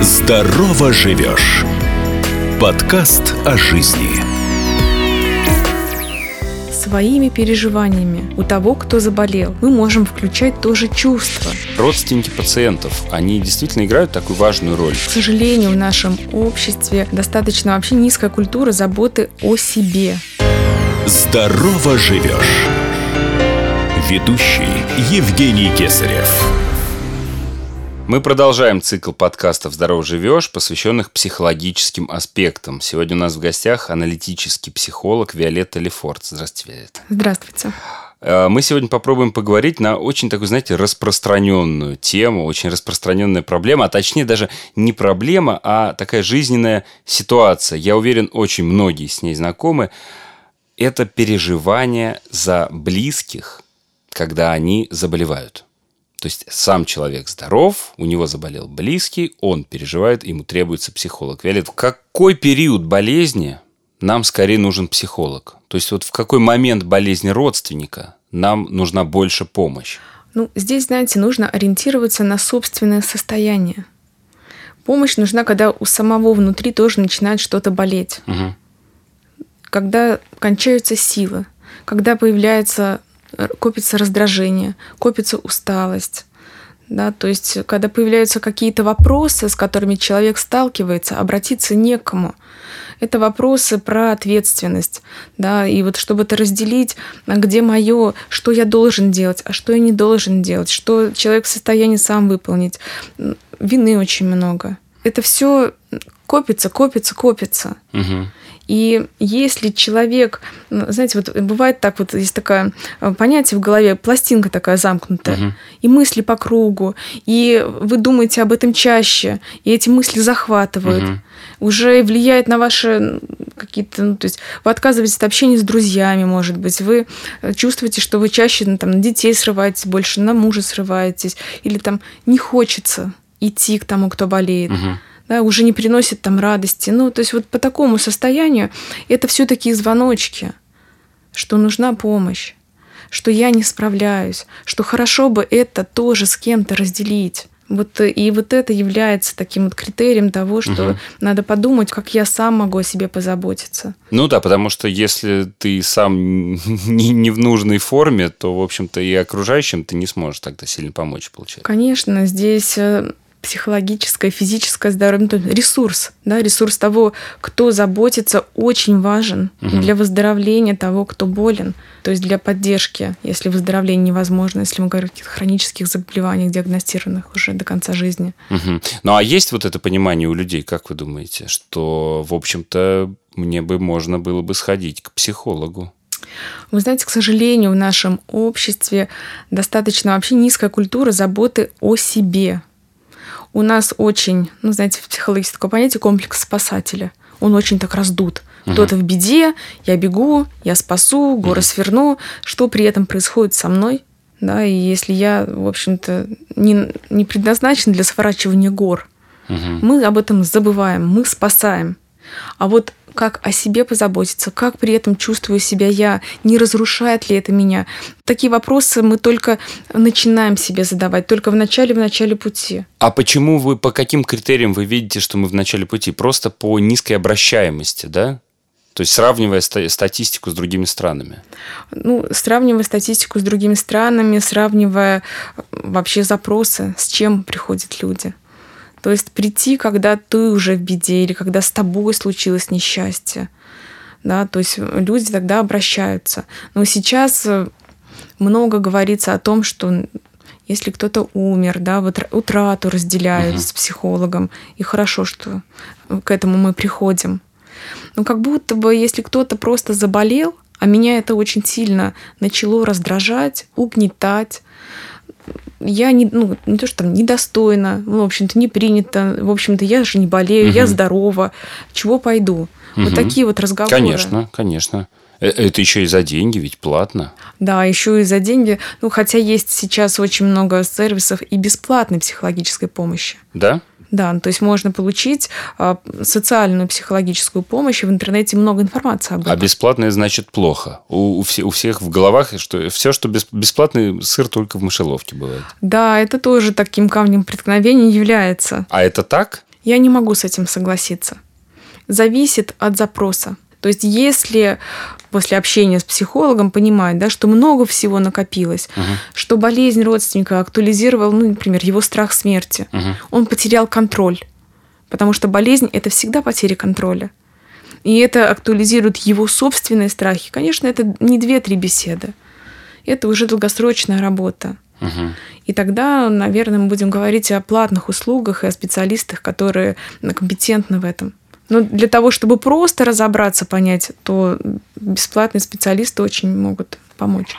Здорово живешь. Подкаст о жизни. Своими переживаниями у того, кто заболел, мы можем включать тоже чувства. Родственники пациентов, они действительно играют такую важную роль. К сожалению, в нашем обществе достаточно вообще низкая культура заботы о себе. Здорово живешь. Ведущий Евгений Кесарев. Мы продолжаем цикл подкастов «Здорово живешь», посвященных психологическим аспектам. Сегодня у нас в гостях аналитический психолог Виолетта Лефорт. Здравствуйте, Виолетта. Здравствуйте. Мы сегодня попробуем поговорить на очень такую, знаете, распространенную тему, очень распространенная проблема, а точнее даже не проблема, а такая жизненная ситуация. Я уверен, очень многие с ней знакомы. Это переживание за близких, когда они заболевают. То есть сам человек здоров, у него заболел близкий, он переживает, ему требуется психолог. Виолетта, в какой период болезни нам скорее нужен психолог? То есть вот в какой момент болезни родственника нам нужна больше помощь? Здесь, знаете, нужно ориентироваться на собственное состояние. Помощь нужна, когда у самого внутри тоже начинает что-то болеть. Угу. Когда кончаются силы, когда копится раздражение, копится усталость. Да, то есть, когда появляются какие-то вопросы, с которыми человек сталкивается, обратиться не к кому. Это вопросы про ответственность. Да, и вот чтобы это разделить, где мое, что я должен делать, а что я не должен делать, что человек в состоянии сам выполнить. Вины очень много. Это все копится. Угу. И если человек, знаете, вот бывает так, вот есть такое понятие в голове, пластинка такая замкнутая, и мысли по кругу, и вы думаете об этом чаще, и эти мысли захватывают, уже влияет на ваши какие-то, то есть вы отказываетесь от общения с друзьями, может быть, вы чувствуете, что вы чаще на детей срываетесь, больше на мужа срываетесь, или не хочется идти к тому, кто болеет. Да, уже не приносит радости. То есть вот по такому состоянию это все-таки звоночки, что нужна помощь, что я не справляюсь, что хорошо бы это тоже с кем-то разделить. И вот это является таким критерием того, что надо подумать, как я сам могу о себе позаботиться. Да, потому что если ты сам не в нужной форме, то, в общем-то, и окружающим ты не сможешь тогда сильно помочь, получается. Конечно, здесь психологическое, физическое здоровье, ресурс, да, ресурс того, кто заботится, очень важен для выздоровления того, кто болен, то есть для поддержки, если выздоровление невозможно, если мы говорим о каких-то хронических заболеваниях, диагностированных уже до конца жизни. А есть вот это понимание у людей, как вы думаете, что, в общем-то, мне бы можно было бы сходить к психологу? Вы знаете, к сожалению, в нашем обществе достаточно вообще низкая культура заботы о себе. У нас очень, знаете, в психологии такое понятие комплекс спасателя. Он очень так раздут. Кто-то в беде, я бегу, я спасу, горы сверну. Что при этом происходит со мной? Да, и если я, в общем-то, не предназначен для сворачивания гор, мы об этом забываем, мы спасаем. А вот как о себе позаботиться, как при этом чувствую себя я, не разрушает ли это меня? Такие вопросы мы только начинаем себе задавать, только в начале пути. А почему по каким критериям вы видите, что мы в начале пути? Просто по низкой обращаемости, да? То есть сравнивая статистику с другими странами? Сравнивая статистику с другими странами, сравнивая вообще запросы, с чем приходят люди. То есть прийти, когда ты уже в беде или когда с тобой случилось несчастье. Да, то есть люди тогда обращаются. Но сейчас много говорится о том, что если кто-то умер, да, утрату разделяют с психологом, и хорошо, что к этому мы приходим. Но как будто бы, если кто-то просто заболел, а меня это очень сильно начало раздражать, угнетать, я не то, что недостойна, в общем-то, не принято, в общем-то, я же не болею, я здорова, чего пойду? Вот такие вот разговоры. Конечно. Это еще и за деньги, ведь платно. Да, еще и за деньги. Хотя есть сейчас очень много сервисов и бесплатной психологической помощи. Да? Да, то есть можно получить социальную психологическую помощь, и в интернете много информации об этом. А бесплатное значит плохо. У всех в головах, что все, что бесплатный, сыр только в мышеловке бывает. Да, это тоже таким камнем преткновения является. А это так? Я не могу с этим согласиться. Зависит от запроса. То есть если после общения с психологом понимать, да, что много всего накопилось, что болезнь родственника актуализировала, например, его страх смерти, он потерял контроль, потому что болезнь – это всегда потеря контроля. И это актуализирует его собственные страхи. Конечно, это не 2-3 беседы. Это уже долгосрочная работа. И тогда, наверное, мы будем говорить о платных услугах и о специалистах, которые компетентны в этом. Но для того, чтобы просто разобраться, понять, то бесплатные специалисты очень могут помочь.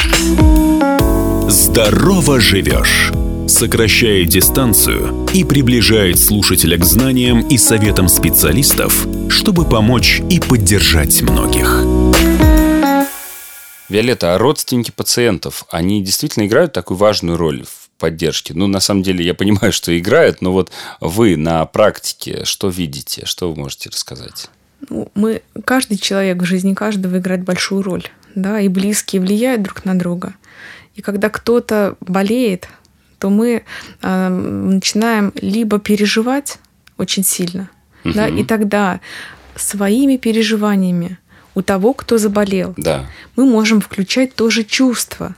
Здорово живешь. Сокращает дистанцию и приближает слушателя к знаниям и советам специалистов, чтобы помочь и поддержать многих. Виолетта, а родственники пациентов, они действительно играют такую важную роль в поддержке? Ну, на самом деле, я понимаю, что играют, но вот вы на практике что видите? Что вы можете рассказать? Каждый человек в жизни каждого играет большую роль, да, и близкие влияют друг на друга. И когда кто-то болеет, то мы начинаем либо переживать очень сильно, да, и тогда своими переживаниями у того, кто заболел, мы можем включать тоже чувства,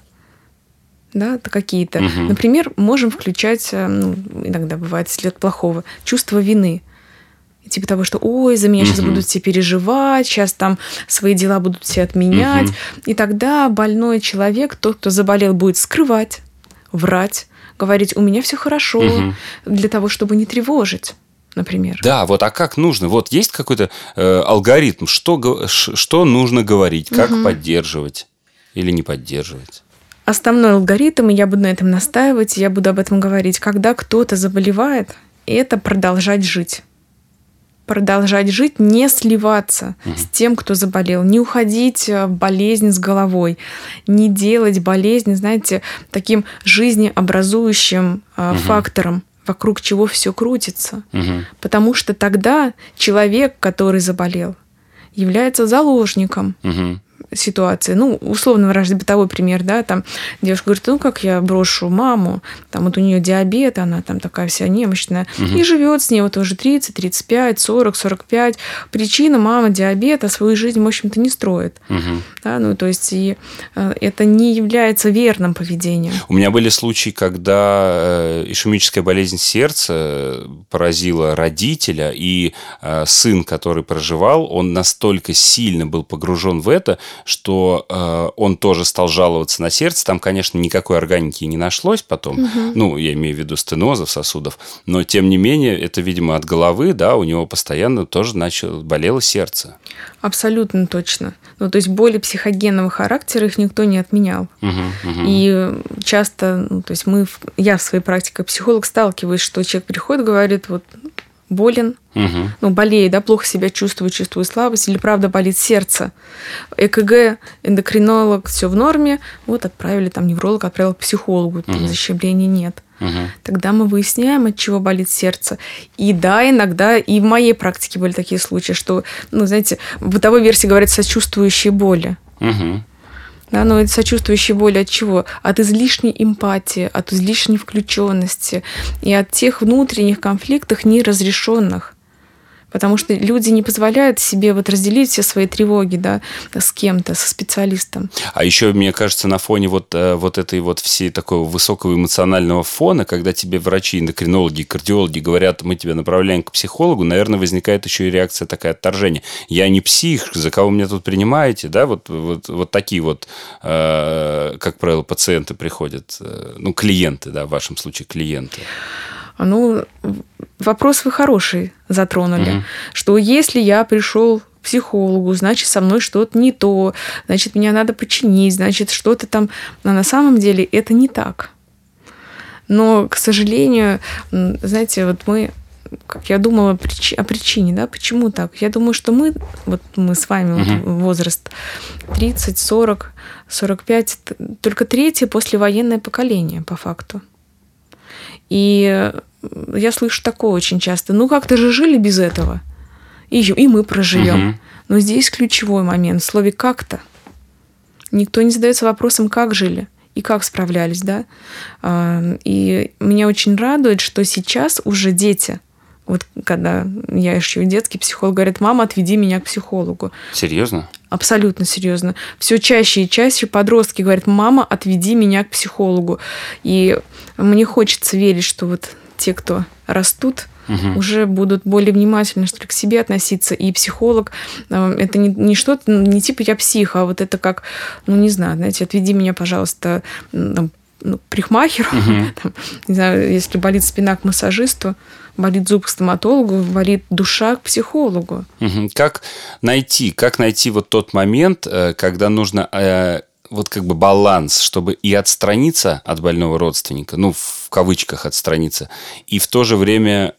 да, какие-то. Например, можем включать, иногда бывает след плохого, чувство вины. Типа того, что ой, за меня сейчас будут все переживать, сейчас там свои дела будут все отменять. И тогда больной человек, тот, кто заболел, будет скрывать, врать, говорить, у меня все хорошо, для того, чтобы не тревожить. Например. Да, вот, а как нужно? Вот есть какой-то алгоритм, что нужно говорить, как поддерживать или не поддерживать? Основной алгоритм, и я буду на этом настаивать, я буду об этом говорить, когда кто-то заболевает, это продолжать жить. Продолжать жить, не сливаться с тем, кто заболел, не уходить в болезнь с головой, не делать болезнь, знаете, таким жизнеобразующим фактором, вокруг чего все крутится. Потому что тогда человек, который заболел, является заложником ситуации. Условно выражаясь, бытовой пример, да, там девушка говорит, как я брошу маму, там вот у нее диабет, она там такая вся немощная, и живет с ней вот уже 30, 35, 40, 45. Причина мама диабета свою жизнь, в общем-то, не строит. Да, то есть и это не является верным поведением. У меня были случаи, когда ишемическая болезнь сердца поразила родителя, и сын, который проживал, он настолько сильно был погружен в это, что он тоже стал жаловаться на сердце. Там, конечно, никакой органики не нашлось потом. Я имею в виду стенозов сосудов. Но, тем не менее, это, видимо, от головы, да, у него постоянно тоже болело сердце. Абсолютно точно. То есть боли психогенного характера, их никто не отменял. И часто, я в своей практике как психолог сталкиваюсь, что человек приходит, говорит, болен, болеет, да, плохо себя чувствует слабость, или правда болит сердце. ЭКГ, эндокринолог, все в норме, отправили, невролог отправил к психологу, защемления нет. Тогда мы выясняем, от чего болит сердце. И да, иногда, и в моей практике были такие случаи, что, в бытовой версии говорят сочувствующие боли. Да, но это сочувствующие боли от чего? От излишней эмпатии, от излишней включенности и от тех внутренних конфликтов неразрешенных. Потому что люди не позволяют себе разделить все свои тревоги, да, с кем-то, со специалистом. А еще, мне кажется, на фоне этой всей такого высокого эмоционального фона, когда тебе врачи, эндокринологи, кардиологи говорят, мы тебя направляем к психологу, наверное, возникает еще и реакция такая отторжения. Я не псих, за кого меня тут принимаете, да, вот такие как правило, пациенты приходят, клиенты, да, в вашем случае клиенты. Вопрос вы хороший затронули, что если я пришел к психологу, значит, со мной что-то не то, значит, меня надо починить, значит, что-то там. Но на самом деле это не так. Но, к сожалению, знаете, я думала о причине, да, почему так? Я думаю, что мы с вами, возраст 30, 40, 45, только третье послевоенное поколение, по факту. И я слышу такое очень часто. Как-то же жили без этого. И мы проживем. Но здесь ключевой момент. В слове «как-то». Никто не задается вопросом, как жили и как справлялись. Да? И меня очень радует, что сейчас уже дети Вот когда я ищу детский психолог, говорит: мама, отведи меня к психологу. Серьезно? Абсолютно серьезно. Все чаще и чаще подростки говорят: мама, отведи меня к психологу. И мне хочется верить, что вот те, кто растут, уже будут более внимательно, что ли, к себе относиться. И психолог это не что-то, не типа я псих, а вот это как, не знаю, знаете, отведи меня, пожалуйста, к парикмахеру, не знаю, если болит спина, к массажисту, болит зуб, к стоматологу, болит душа, к психологу. Как найти вот тот момент, когда нужно вот как бы баланс, чтобы и отстраниться от больного родственника, в кавычках отстраниться, и в то же время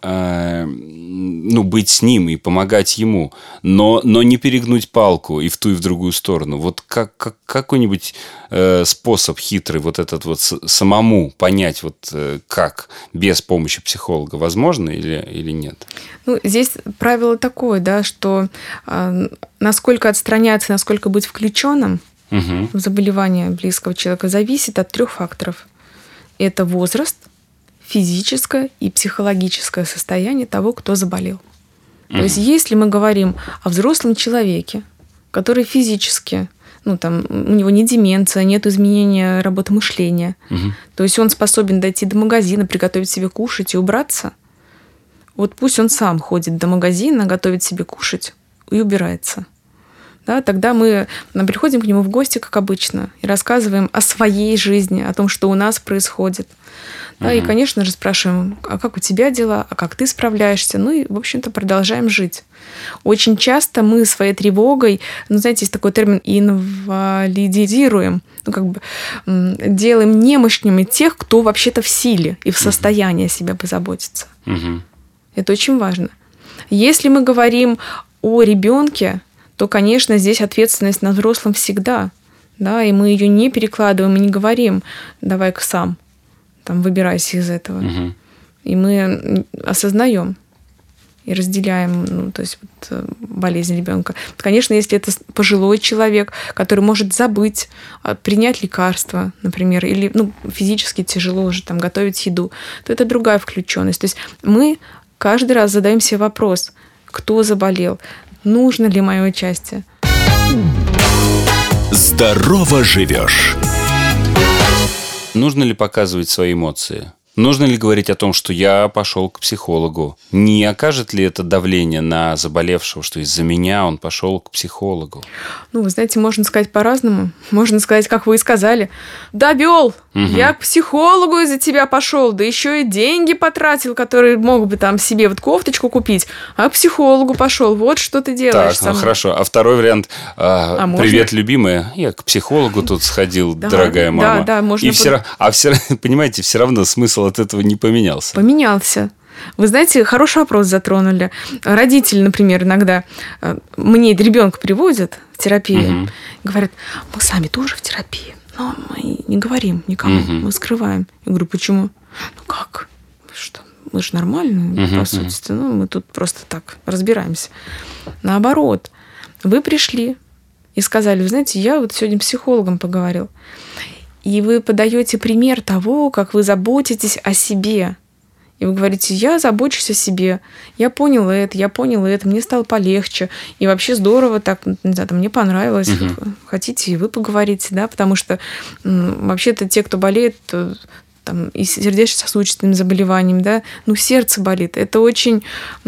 быть с ним и помогать ему, но не перегнуть палку и в ту, и в другую сторону. Вот какой-нибудь способ хитрый вот этот вот самому понять, как без помощи психолога возможно или нет? Здесь правило такое, да, что насколько отстраняться, насколько быть включенным в заболевание близкого человека зависит от 3 факторов. Это возраст, физическое и психологическое состояние того, кто заболел. То есть если мы говорим о взрослом человеке, который физически, у него не деменция, нет изменения работы мышления, то есть он способен дойти до магазина, приготовить себе кушать и убраться, вот пусть он сам ходит до магазина, готовит себе кушать и убирается. Да, тогда мы приходим к нему в гости, как обычно, и рассказываем о своей жизни, о том, что у нас происходит. Да, и, конечно же, спрашиваем: а как у тебя дела, а как ты справляешься? И, в общем-то, продолжаем жить. Очень часто мы своей тревогой, знаете, есть такой термин, инвалидизируем, делаем немощными тех, кто вообще-то в силе и в состоянии о себе позаботиться. Это очень важно. Если мы говорим о ребенке, то, конечно, здесь ответственность на взрослом всегда, да, и мы ее не перекладываем и не говорим: давай-ка сам, выбирайся из этого. И мы осознаем и разделяем, болезнь ребенка. Конечно, если это пожилой человек, который может забыть принять лекарства, например, или физически тяжело уже готовить еду, то это другая включенность. То есть мы каждый раз задаем себе вопрос: кто заболел? Нужно ли мое участие? Здорово живешь. Нужно ли показывать свои эмоции? Нужно ли говорить о том, что я пошел к психологу? Не окажет ли это давление на заболевшего, что из-за меня он пошел к психологу? Вы знаете, можно сказать по-разному. Можно сказать, как вы и сказали: довел, я к психологу из-за тебя пошел, да еще и деньги потратил, которые мог бы себе кофточку купить, а к психологу пошел. Вот что ты делаешь. Так, хорошо. А второй вариант: привет, любимая, я к психологу тут сходил, дорогая мама. Да, можно. Понимаете, все равно смысл от этого не поменялся. Поменялся. Вы знаете, хороший вопрос затронули. Родители, например, иногда мне ребенка приводят в терапию, говорят: мы сами тоже в терапии, но мы не говорим никому, мы скрываем. Я говорю: почему? Как? Что? Мы же нормальные, по сути. Мы тут просто так разбираемся. Наоборот, вы пришли и сказали: вы знаете, я сегодня с психологом поговорил. И вы подаете пример того, как вы заботитесь о себе. И вы говорите: я забочусь о себе, я понял это, мне стало полегче, и вообще здорово, мне понравилось, хотите, и вы поговорите, да, потому что вообще-то те, кто болеет и сердечно-сосудистыми заболеваниями, да, сердце болит, это очень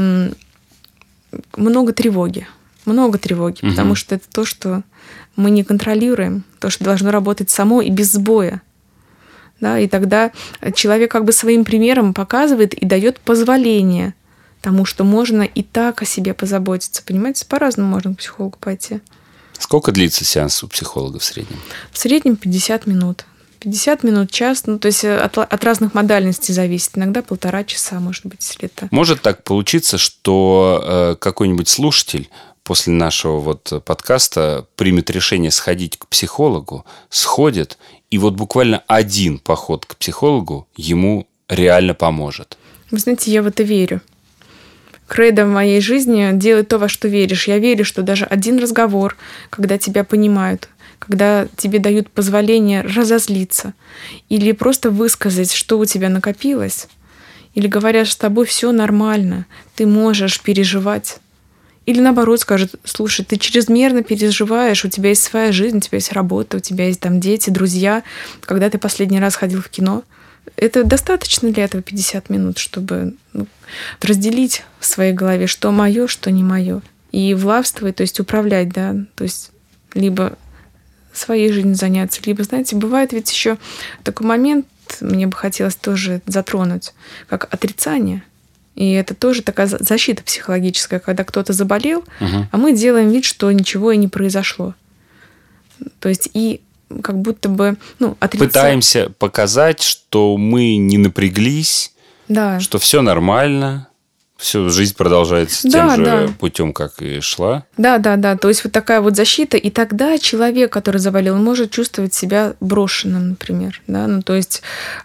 много тревоги, потому что это то, что мы не контролируем, то, что должно работать само и без сбоя. Да, и тогда человек своим примером показывает и дает позволение тому, что можно и так о себе позаботиться. Понимаете, по-разному можно к психологу пойти. Сколько длится сеанс у психолога в среднем? В среднем 50 минут. 50 минут, час. То есть от разных модальностей зависит. Иногда 1,5 часа, может быть, если это... Может так получиться, что какой-нибудь слушатель после нашего подкаста примет решение сходить к психологу, сходит, и буквально один поход к психологу ему реально поможет. Вы знаете, я в это верю. Кредо в моей жизни – делай то, во что веришь. Я верю, что даже один разговор, когда тебя понимают, когда тебе дают позволение разозлиться или просто высказать, что у тебя накопилось, Или говорят, что с тобой все нормально, ты можешь переживать. Или наоборот скажут: слушай, ты чрезмерно переживаешь, у тебя есть своя жизнь, у тебя есть работа, у тебя есть там дети, друзья. Когда ты последний раз ходил в кино? Это достаточно для этого 50 минут, чтобы разделить в своей голове, что мое, что не мое. И властвовать, то есть управлять, да, то есть либо своей жизнью заняться, либо, знаете, бывает ведь еще такой момент, мне бы хотелось тоже затронуть, как отрицание. И это тоже такая защита психологическая, когда кто-то заболел, а мы делаем вид, что ничего и не произошло. То есть и как будто бы пытаемся показать, что мы не напряглись, да, что все нормально, все, жизнь продолжается тем же путем, как и шла. Да. То есть вот такая вот защита, и тогда человек, который заболел, он может чувствовать себя брошенным, например, да, то есть,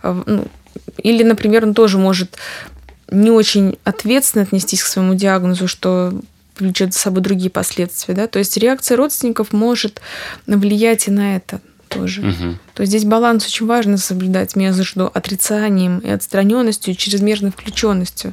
или, например, он тоже может не очень ответственно отнестись к своему диагнозу, что влечет за собой другие последствия, да, то есть реакция родственников может влиять и на это тоже. То есть здесь баланс очень важно соблюдать между отрицанием и отстраненностью, и чрезмерной включенностью.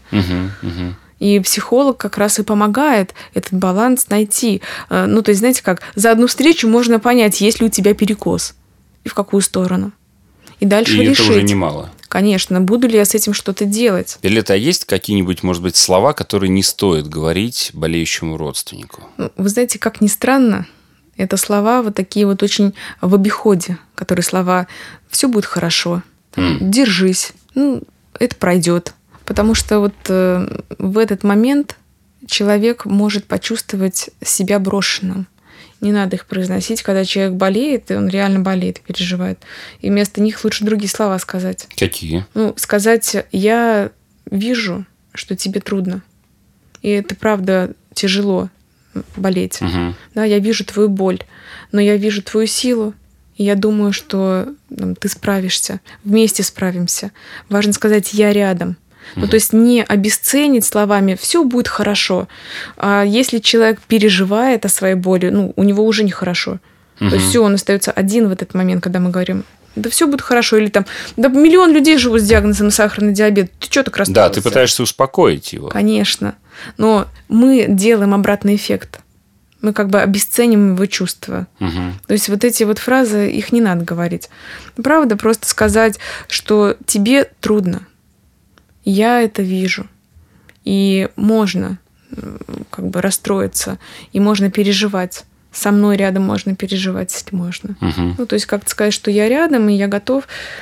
И психолог как раз и помогает этот баланс найти. То есть, знаете как, за одну встречу можно понять, есть ли у тебя перекос и в какую сторону. И дальше решить. Это уже немало. Конечно, буду ли я с этим что-то делать. Виолетта, а есть какие-нибудь, может быть, слова, которые не стоит говорить болеющему родственнику? Вы знаете, как ни странно, это слова вот такие вот очень в обиходе, которые слова «все будет хорошо», «держись», это пройдет. Потому что вот в этот момент человек может почувствовать себя брошенным. Не надо их произносить, когда человек болеет, и он реально болеет, переживает. И вместо них лучше другие слова сказать. Какие? Сказать: я вижу, что тебе трудно. И это правда тяжело болеть. Да, я вижу твою боль, но я вижу твою силу. И я думаю, что ты справишься. Вместе справимся. Важно сказать: я рядом. То есть не обесценить словами «все будет хорошо». А если человек переживает о своей боли, у него уже нехорошо. То есть все, он остается один в этот момент, когда мы говорим: да все будет хорошо. Или да миллион людей живут с диагнозом сахарный диабет. Ты что так расстроился? Да, ты пытаешься успокоить его. Конечно. Но мы делаем обратный эффект. Мы как бы обесценим его чувства. То есть вот эти вот фразы, их не надо говорить. Правда, просто сказать, что тебе трудно. Я это вижу. И можно как бы расстроиться, и можно переживать. Со мной рядом можно переживать, если можно. То есть как-то сказать, что я рядом, и я готов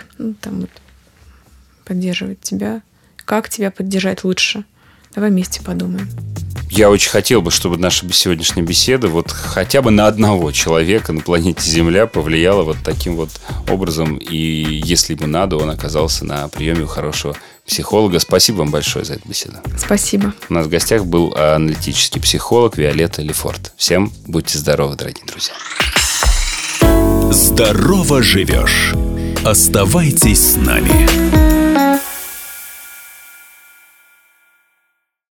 поддерживать тебя. Как тебя поддержать лучше? Давай вместе подумаем. Я очень хотел бы, чтобы наша сегодняшняя беседа вот хотя бы на одного человека на планете Земля повлияла вот таким вот образом. И если ему надо, он оказался на приеме у хорошего психолога. Спасибо вам большое за эту беседу. Спасибо. У нас в гостях был аналитический психолог Виолетта Лефорт. Всем будьте здоровы, дорогие друзья. Здорово живешь. Оставайтесь с нами.